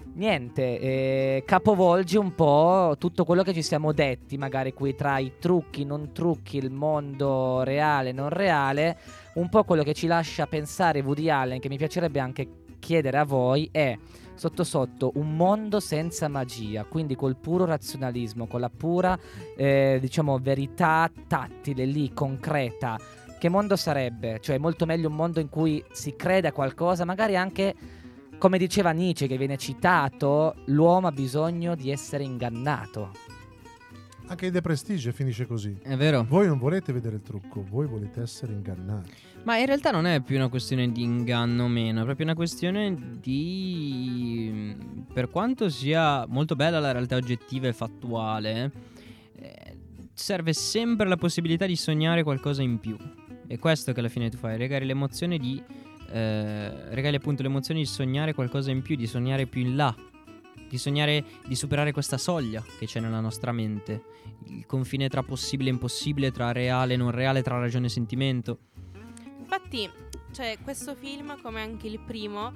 capovolge un po' tutto quello che ci siamo detti, magari qui tra i trucchi, non trucchi, il mondo reale, non reale. Un po' quello che ci lascia pensare Woody Allen, che mi piacerebbe anche chiedere a voi, è sotto sotto un mondo senza magia, quindi col puro razionalismo, con la pura verità tattile lì, concreta. Che mondo sarebbe? Cioè, è molto meglio un mondo in cui si crede a qualcosa, magari anche, come diceva Nietzsche, che viene citato, l'uomo ha bisogno di essere ingannato. Anche The Prestige finisce così. È vero. Voi non volete vedere il trucco, voi volete essere ingannati. Ma in realtà non è più una questione di inganno o meno, è proprio una questione di... Per quanto sia molto bella la realtà oggettiva e fattuale, serve sempre la possibilità di sognare qualcosa in più. E questo che alla fine tu fai, regali l'emozione di... regali appunto l'emozione di sognare qualcosa in più, di sognare più in là, di sognare di superare questa soglia che c'è nella nostra mente, il confine tra possibile e impossibile, tra reale e non reale, tra ragione e sentimento. Infatti, cioè, questo film, come anche il primo,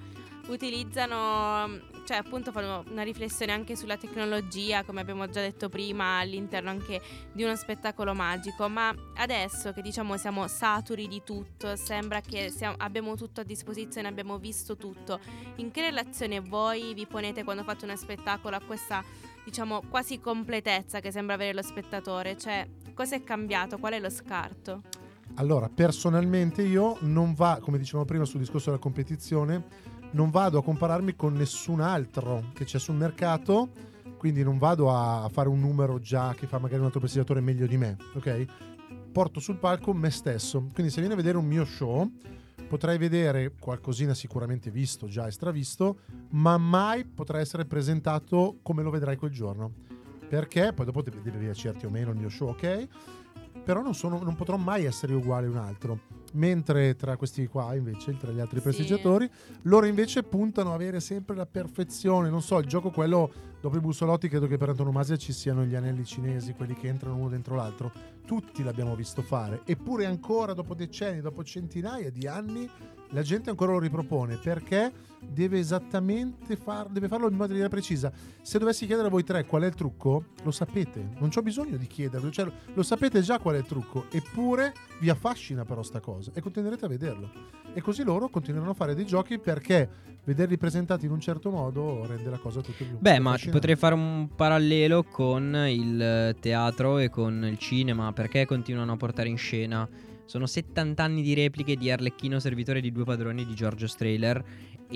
utilizzano, cioè appunto fanno una riflessione anche sulla tecnologia, come abbiamo già detto prima, all'interno anche di uno spettacolo magico. Ma adesso che diciamo siamo saturi di tutto, sembra che abbiamo tutto a disposizione, abbiamo visto tutto, in che relazione voi vi ponete quando fate uno spettacolo a questa, diciamo, quasi completezza che sembra avere lo spettatore? Cioè, cosa è cambiato? Qual è lo scarto? Allora, personalmente io non come dicevamo prima sul discorso della competizione, non vado a compararmi con nessun altro che c'è sul mercato, quindi non vado a fare un numero già che fa magari un altro prestigiatore meglio di me, ok? Porto sul palco me stesso, quindi se viene a vedere un mio show potrai vedere qualcosina sicuramente visto, già e stravisto, ma mai potrà essere presentato come lo vedrai quel giorno, perché poi dopo devi piacerti o meno il mio show, ok? Però non potrò mai essere uguale a un altro. Mentre tra questi qua invece, tra gli altri prestigiatori, loro invece puntano a avere sempre la perfezione. Non so, il gioco quello, dopo i bussolotti, credo che per antonomasia ci siano gli anelli cinesi, quelli che entrano uno dentro l'altro. Tutti l'abbiamo visto fare, eppure ancora dopo decenni, dopo centinaia di anni, la gente ancora lo ripropone, perché deve esattamente deve farlo in maniera precisa. Se dovessi chiedere a voi tre qual è il trucco, lo sapete, non c'ho bisogno di chiederlo, cioè, lo sapete già qual è il trucco, eppure vi affascina però sta cosa e continuerete a vederlo. E così loro continueranno a fare dei giochi, perché vederli presentati in un certo modo rende la cosa tutto più ma potrei fare un parallelo con il teatro e con il cinema. Perché continuano a portare in scena? Sono 70 anni di repliche di Arlecchino servitore di due padroni di Giorgio Strehler,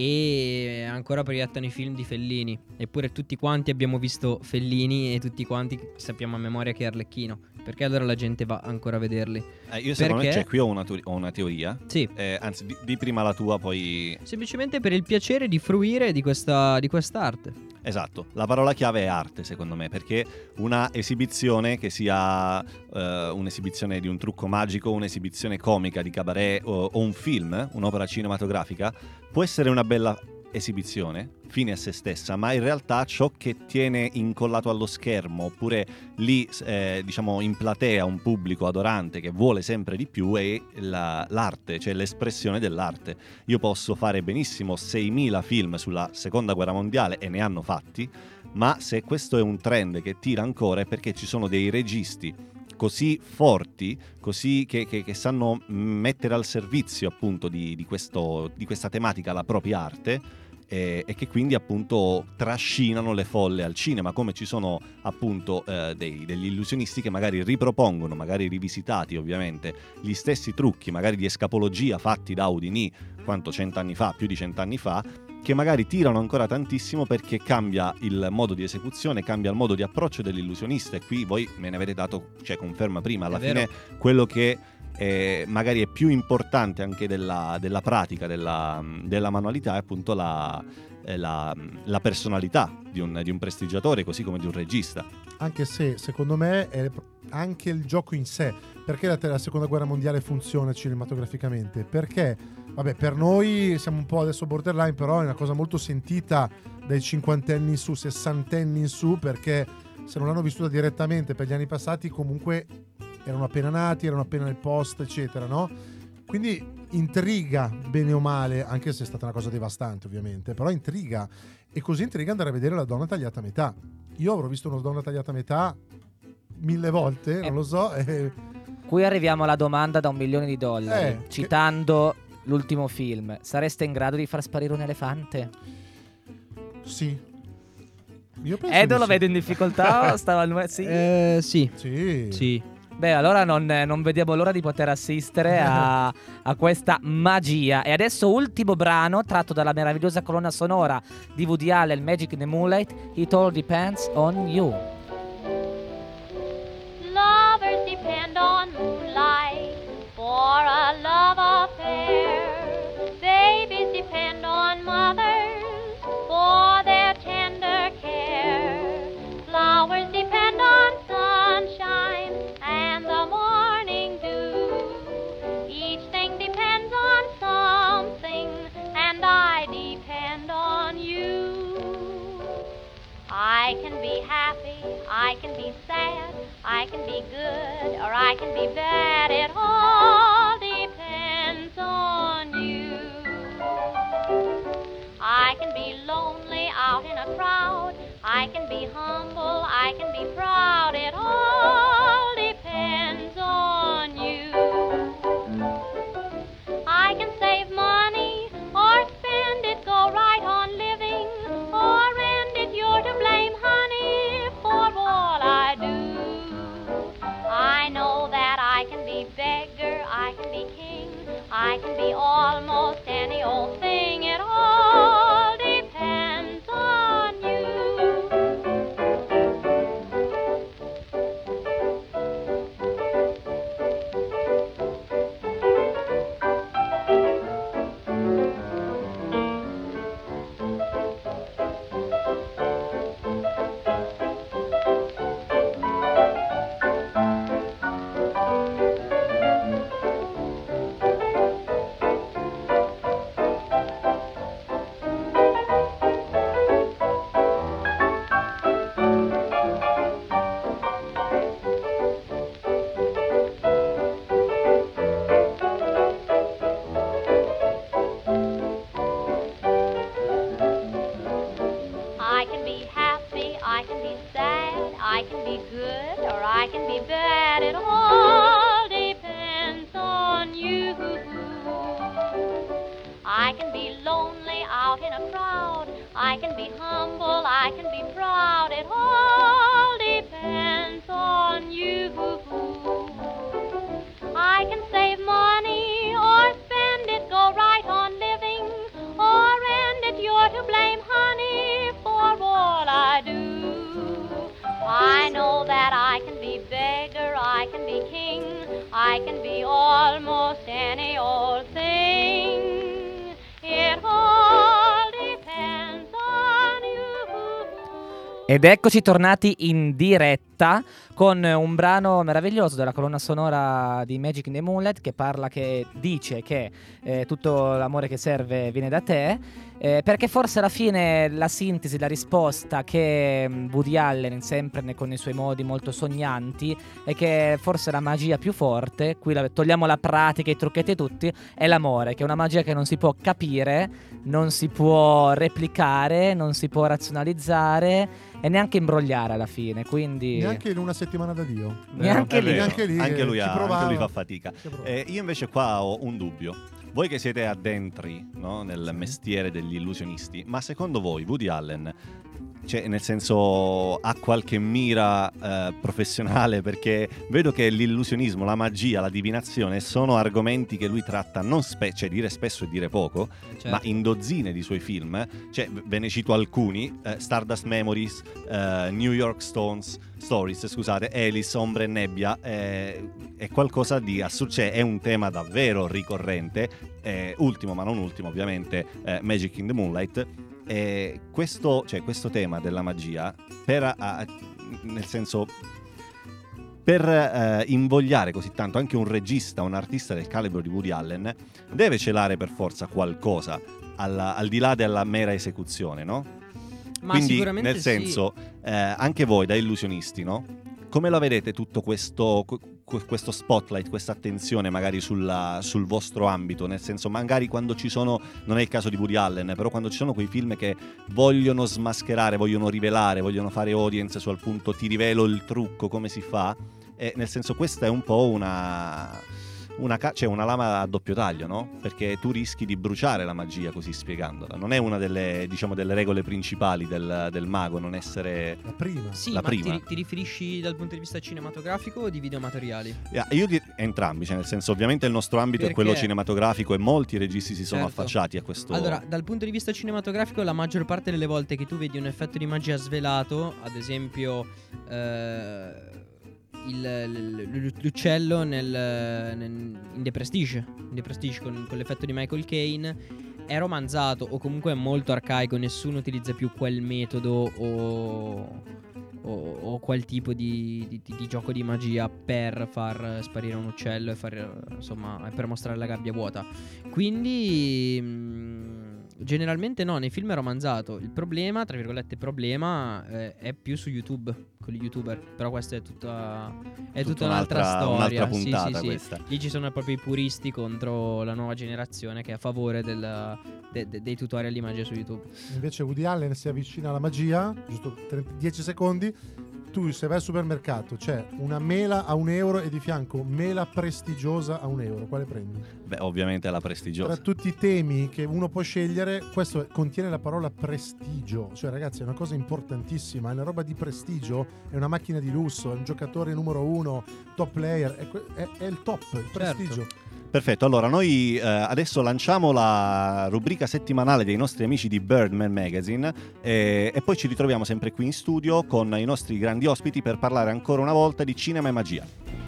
e ancora proiettano i film di Fellini. Eppure tutti quanti abbiamo visto Fellini e tutti quanti sappiamo a memoria che è Arlecchino. Perché allora la gente va ancora a vederli? Io secondo me, qui ho una teoria. Sì. Anzi, di prima la tua, poi... Semplicemente per il piacere di fruire di quest'arte. Esatto, la parola chiave è arte, secondo me, perché una esibizione che sia un'esibizione di un trucco magico, un'esibizione comica di cabaret o un film, un'opera cinematografica, può essere una bella esibizione, fine a se stessa, ma in realtà ciò che tiene incollato allo schermo oppure lì diciamo in platea un pubblico adorante che vuole sempre di più è l'arte, cioè l'espressione dell'arte. Io posso fare benissimo 6.000 film sulla seconda guerra mondiale, e ne hanno fatti, ma se questo è un trend che tira ancora è perché ci sono dei registi così forti, così che sanno mettere al servizio appunto di questa tematica la propria arte, e che quindi appunto trascinano le folle al cinema, come ci sono appunto degli illusionisti che magari ripropongono, magari rivisitati ovviamente, gli stessi trucchi magari di escapologia fatti da Houdini quanto 100 anni fa, più di 100 anni fa, che magari tirano ancora tantissimo perché cambia il modo di esecuzione, cambia il modo di approccio dell'illusionista. E qui voi me ne avete dato, cioè, conferma prima, alla fine quello che magari è più importante anche della pratica, della manualità, è appunto la personalità di un prestigiatore, così come di un regista. Anche se secondo me è anche il gioco in sé. Perché la seconda guerra mondiale funziona cinematograficamente? Perché, vabbè, per noi siamo un po' adesso borderline, però è una cosa molto sentita dai 50enni in su, 60enni in su, perché se non l'hanno vissuta direttamente per gli anni passati, comunque erano appena nati, erano appena nel post, eccetera, no? Quindi intriga, bene o male, anche se è stata una cosa devastante ovviamente, però intriga. E così intriga andare a vedere La donna tagliata a metà. Io avrò visto Una donna tagliata a metà 1000 volte, non lo so. Qui arriviamo alla domanda da $1 milione, citando l'ultimo film. Sareste in grado di far sparire un elefante? Sì. Io penso Edo lo sì. vedo in difficoltà? Sì. Sì. Beh, allora non vediamo l'ora di poter assistere a questa magia. E adesso ultimo brano tratto dalla meravigliosa colonna sonora di Woody Allen, Magic in the Moonlight, It All Depends on You. Lovers depend on moonlight for a love affair. Babies depend on mothers for their tender care. Flowers depend on sunshine and the morning dew. Each thing depends on something, and I depend on you. I can be happy, I can be sad, I can be good or I can be bad. It all depends on you. I can be lonely out in a crowd, I can be humble, I can be proud. It all depends on you. I can save money or spend it, go right on living, or end it. You're to blame, honey, for all I do. I know that I can be beggar, I can be king, I can be almost any old thing. It all depends on you. I can be happy, I can be sad, I can be good or I can be bad. It all depends on you. I can be lonely out in a crowd, I can be humble, I can be proud. It all depends on you. I can save money or spend it, go right on living, or end it. You're to blame, honey, for all I do. I know that I can be beggar, I can be king, I can be almost any old thing. It all depends on you. Ed eccoci tornati in diretta con un brano meraviglioso della colonna sonora di Magic in the Moonlight che dice che tutto l'amore che serve viene da te, perché forse alla fine la sintesi, la risposta che Woody Allen sempre con i suoi modi molto sognanti è che forse la magia più forte, qui togliamo la pratica, i trucchetti e tutti, è l'amore, che è una magia che non si può capire, non si può replicare, non si può razionalizzare e neanche imbrogliare alla fine, quindi neanche in una settimana da Dio. Neanche lì. Anche lui anche lui fa fatica. Io invece qua ho un dubbio. Voi che siete addentri, no, nel mestiere degli illusionisti, ma secondo voi Woody Allen, cioè nel senso, ha qualche mira professionale? Perché vedo che l'illusionismo, la magia, la divinazione sono argomenti che lui tratta cioè dire spesso e dire poco, certo, ma in dozzine di suoi film. Cioè, ve ne cito alcuni: Stardust Memories, New York Stories, scusate, Alice, Ombre e Nebbia. È qualcosa di assurdo, cioè è un tema davvero ricorrente. Ultimo ma non ultimo, ovviamente, Magic in the Moonlight. Questo tema della magia, nel senso, per invogliare così tanto anche un regista, un artista del calibro di Woody Allen, deve celare per forza qualcosa al di là della mera esecuzione, no? Ma quindi, sicuramente nel senso, anche voi da illusionisti, no? Come lo vedete tutto questo spotlight, questa attenzione magari sul vostro ambito? Nel senso, magari quando ci sono, non è il caso di Woody Allen, però quando ci sono quei film che vogliono smascherare, vogliono rivelare, vogliono fare audience su al punto ti rivelo il trucco, come si fa? Nel senso, questa è un po' una lama a doppio taglio, no? Perché tu rischi di bruciare la magia così spiegandola. Non è una delle regole principali del mago, non essere la prima. Sì, la ma prima. Ti riferisci dal punto di vista cinematografico o di videomateriali? Io entrambi, cioè nel senso, ovviamente il nostro ambito è quello cinematografico e molti registi si sono affacciati a questo. Allora, dal punto di vista cinematografico, la maggior parte delle volte che tu vedi un effetto di magia svelato, ad esempio l'uccello in The Prestige con l'effetto di Michael Caine, è romanzato o comunque è molto arcaico, nessuno utilizza più quel metodo o quel tipo di gioco di magia per far sparire un uccello e per mostrare la gabbia vuota. Quindi generalmente no, nei film è romanzato. Il problema, tra virgolette è più su YouTube, con gli YouTuber. Però questa è tutta un'altra storia. Un'altra puntata, sì. questa. Lì ci sono proprio i puristi contro la nuova generazione che è a favore dei tutorial di magia su YouTube. Invece Woody Allen si avvicina alla magia, giusto 10 secondi. Tu, se vai al supermercato, c'è una mela a €1 e di fianco mela prestigiosa a €1. Quale prendi? Beh, ovviamente la prestigiosa. Tra tutti i temi che uno può scegliere, questo contiene la parola prestigio. Cioè, ragazzi, è una cosa importantissima. È una roba di prestigio, è una macchina di lusso, è un giocatore numero 1, top player. È il top, il prestigio. Certo. Perfetto, allora noi adesso lanciamo la rubrica settimanale dei nostri amici di Birdman Magazine e poi ci ritroviamo sempre qui in studio con i nostri grandi ospiti per parlare ancora una volta di cinema e magia.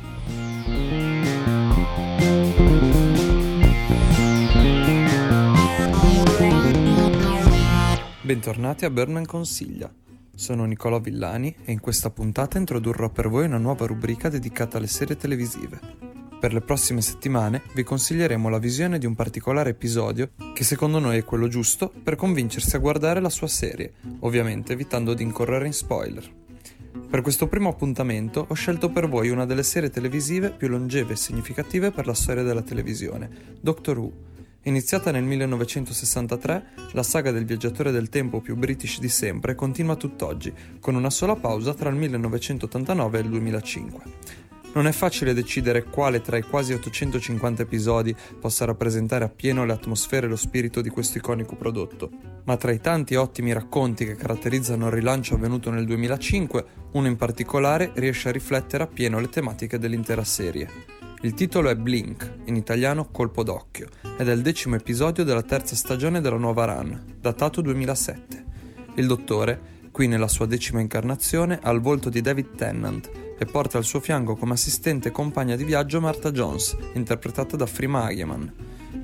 Bentornati a Birdman Consiglia. Sono Nicolò Villani e in questa puntata introdurrò per voi una nuova rubrica dedicata alle serie televisive. Per le prossime settimane vi consiglieremo la visione di un particolare episodio che secondo noi è quello giusto per convincersi a guardare la sua serie, ovviamente evitando di incorrere in spoiler. Per questo primo appuntamento ho scelto per voi una delle serie televisive più longeve e significative per la storia della televisione, Doctor Who. Iniziata nel 1963, la saga del viaggiatore del tempo più british di sempre continua tutt'oggi, con una sola pausa tra il 1989 e il 2005. Non è facile decidere quale tra i quasi 850 episodi possa rappresentare appieno le atmosfere e lo spirito di questo iconico prodotto, ma tra i tanti ottimi racconti che caratterizzano il rilancio avvenuto nel 2005, uno in particolare riesce a riflettere appieno le tematiche dell'intera serie. Il titolo è Blink, in italiano Colpo d'occhio, ed è il 10° episodio della 3ª stagione della nuova run, datato 2007. Il dottore, qui nella sua 10ª incarnazione, ha il volto di David Tennant e porta al suo fianco come assistente e compagna di viaggio Martha Jones, interpretata da Freema Agyeman.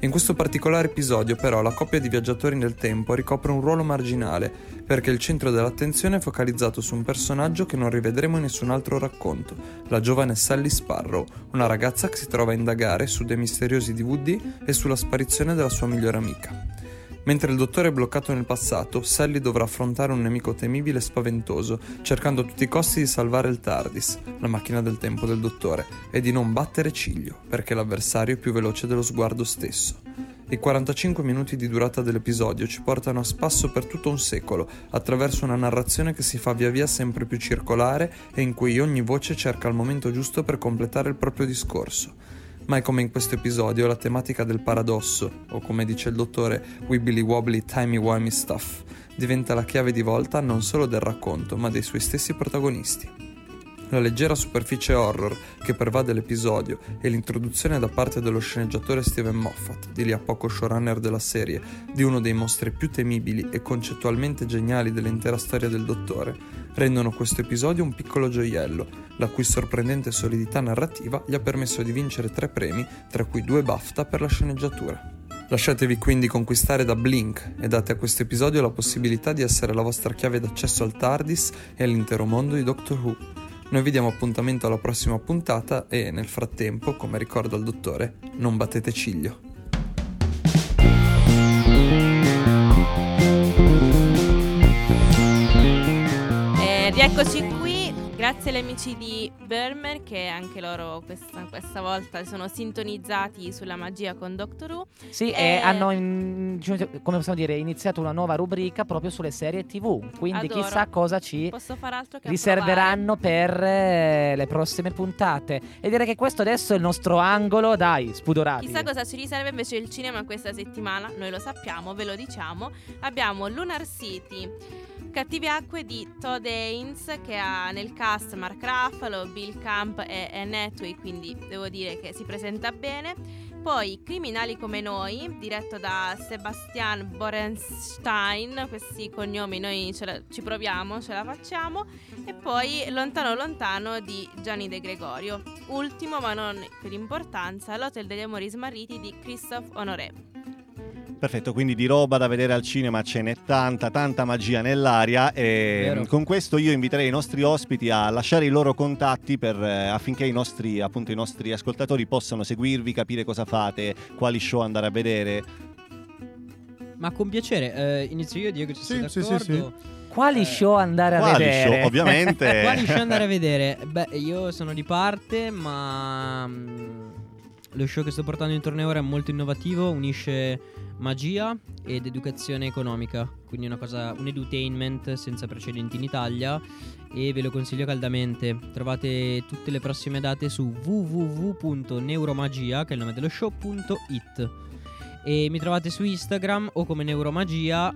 In questo particolare episodio, però, la coppia di viaggiatori nel tempo ricopre un ruolo marginale, perché il centro dell'attenzione è focalizzato su un personaggio che non rivedremo in nessun altro racconto, la giovane Sally Sparrow, una ragazza che si trova a indagare su dei misteriosi DVD e sulla sparizione della sua migliore amica. Mentre il dottore è bloccato nel passato, Sally dovrà affrontare un nemico temibile e spaventoso, cercando a tutti i costi di salvare il TARDIS, la macchina del tempo del dottore, e di non battere ciglio, perché l'avversario è più veloce dello sguardo stesso. I 45 minuti di durata dell'episodio ci portano a spasso per tutto un secolo, attraverso una narrazione che si fa via via sempre più circolare e in cui ogni voce cerca il momento giusto per completare il proprio discorso. Ma è come in questo episodio la tematica del paradosso, o come dice il dottore wibbly wobbly timey-wimey stuff, diventa la chiave di volta non solo del racconto, ma dei suoi stessi protagonisti. La leggera superficie horror che pervade l'episodio e l'introduzione da parte dello sceneggiatore Steven Moffat, di lì a poco showrunner della serie, di uno dei mostri più temibili e concettualmente geniali dell'intera storia del dottore, rendono questo episodio un piccolo gioiello, la cui sorprendente solidità narrativa gli ha permesso di vincere 3 premi, tra cui 2 BAFTA per la sceneggiatura. Lasciatevi quindi conquistare da Blink e date a questo episodio la possibilità di essere la vostra chiave d'accesso al TARDIS e all'intero mondo di Doctor Who. Noi vi diamo appuntamento alla prossima puntata e, nel frattempo, come ricorda il dottore, non battete ciglio. Rieccoci qui, grazie agli amici di Burmer che anche loro questa volta sono sintonizzati sulla magia con Doctor Who. Sì, e hanno come possiamo dire, iniziato una nuova rubrica proprio sulle serie TV, quindi Adoro. Chissà cosa ci Posso far altro che riserveranno per le prossime puntate. E direi che questo adesso è il nostro angolo, dai, spudorati. Chissà cosa ci riserva invece il cinema questa settimana, noi lo sappiamo, ve lo diciamo. Abbiamo Lunar City, Cattive acque di Todd Haynes, che ha nel cast Mark Ruffalo, Bill Camp e Anne Hathaway, quindi devo dire che si presenta bene. Poi Criminali come noi, diretto da Sebastian Borenstein, questi cognomi noi ci proviamo, ce la facciamo. E poi Lontano Lontano di Gianni De Gregorio. Ultimo, ma non per importanza, L'Hotel degli Amori Smarriti di Christophe Honoré. Perfetto, quindi di roba da vedere al cinema ce n'è tanta magia nell'aria e Vero. con questo io inviterei i nostri ospiti a lasciare i loro contatti affinché i nostri ascoltatori possano seguirvi, capire cosa fate, quali show andare a vedere. Ma con piacere, inizio io, Diego, ci sei Sì, d'accordo? sì, sì. Quali show andare a Quali vedere? show, ovviamente. Quali show andare a vedere? Beh, io sono di parte, ma lo show che sto portando intorno a ora è molto innovativo, unisce magia ed educazione economica, quindi un edutainment senza precedenti in Italia, e ve lo consiglio caldamente. Trovate tutte le prossime date su www.neuromagia, che è il nome dello show.it, e mi trovate su Instagram o come neuromagia_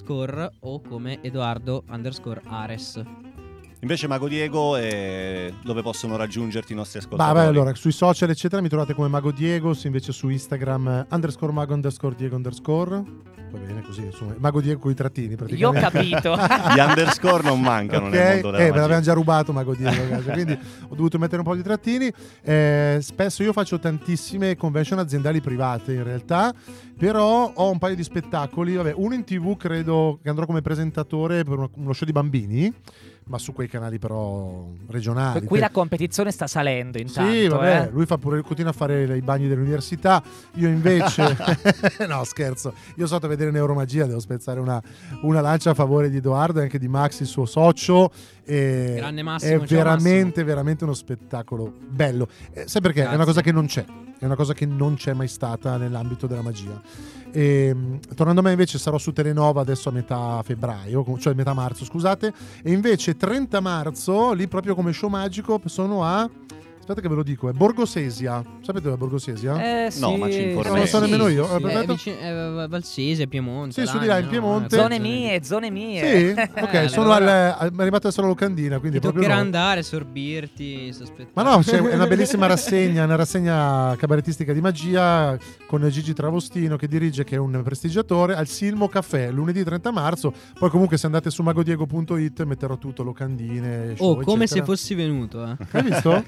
o come Edoardo_Ares. Invece Mago Diego, dove possono raggiungerti i nostri ascoltatori? Beh, allora, sui social eccetera mi trovate come Mago Diego, se invece su Instagram _Mago_Diego_. Va bene così, insomma, Mago Diego con i trattini Io ho praticamente. capito. Gli underscore non mancano nel mondo della me magia. l'avevano già rubato Mago Diego, ragazzi, quindi ho dovuto mettere un po' di trattini. Spesso io faccio tantissime convention aziendali private in realtà, però ho un paio di spettacoli, uno in TV credo che andrò come presentatore per uno show di bambini, ma su quei canali però regionali. Qui la competizione sta salendo intanto. Sì, vabbè, lui continua a fare i bagni dell'università. Io invece no, scherzo. Io so a vedere Neuromagia, devo spezzare una lancia a favore di Edoardo e anche di Max, il suo socio. Grande Massimo, è ciao, veramente veramente uno spettacolo bello. Sai perché? Grazie. È una cosa che non c'è. È una cosa che non c'è mai stata nell'ambito della magia. Tornando a me invece sarò su Telenova adesso a metà febbraio, cioè metà marzo, scusate, e invece 30 marzo lì proprio come show magico sono a... Aspetta che ve lo dico, è Borgosesia. Sapete dove è Borgosesia? Sì. No, ma ci informi. Non lo so nemmeno io. Sì, Perfetto. Valsese, Piemonte. Sì, su di là in Lagna, Piemonte. Zone mie. Sì? Ok, sono allora arrivato adesso alla locandina, quindi Ti proprio toccherà no. andare, sorbirti, sospettare. Ma no, è una bellissima rassegna, una rassegna cabarettistica di magia con Gigi Travostino che dirige, che è un prestigiatore, al Silmo Caffè, lunedì 30 marzo. Poi comunque se andate su magodiego.it metterò tutto, locandine, show, come eccetera. se fossi venuto, Hai visto?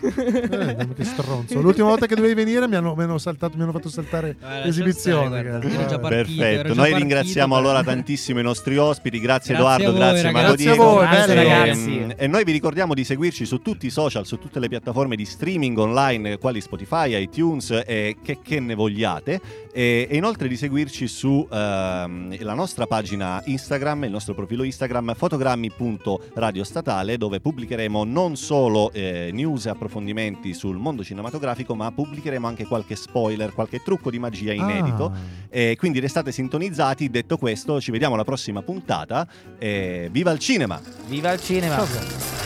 Che stronzo. L'ultima volta che dovevi venire mi hanno fatto saltare l'esibizione. Perfetto. Noi ringraziamo allora tantissimo i nostri ospiti. Grazie Grazie Edoardo, a voi, grazie ragazzi. Mago Diego. Grazie, ragazzi. E noi vi ricordiamo di seguirci su tutti i social, su tutte le piattaforme di streaming online, quali Spotify, iTunes e che ne vogliate. E inoltre di seguirci su la nostra pagina Instagram, il nostro profilo Instagram fotogrammi.radiostatale, dove pubblicheremo non solo news e approfondimenti sul mondo cinematografico, ma pubblicheremo anche qualche spoiler, qualche trucco di magia inedito. Quindi restate sintonizzati. Detto questo, ci vediamo alla prossima puntata. Viva il cinema! Viva il cinema! Ciao.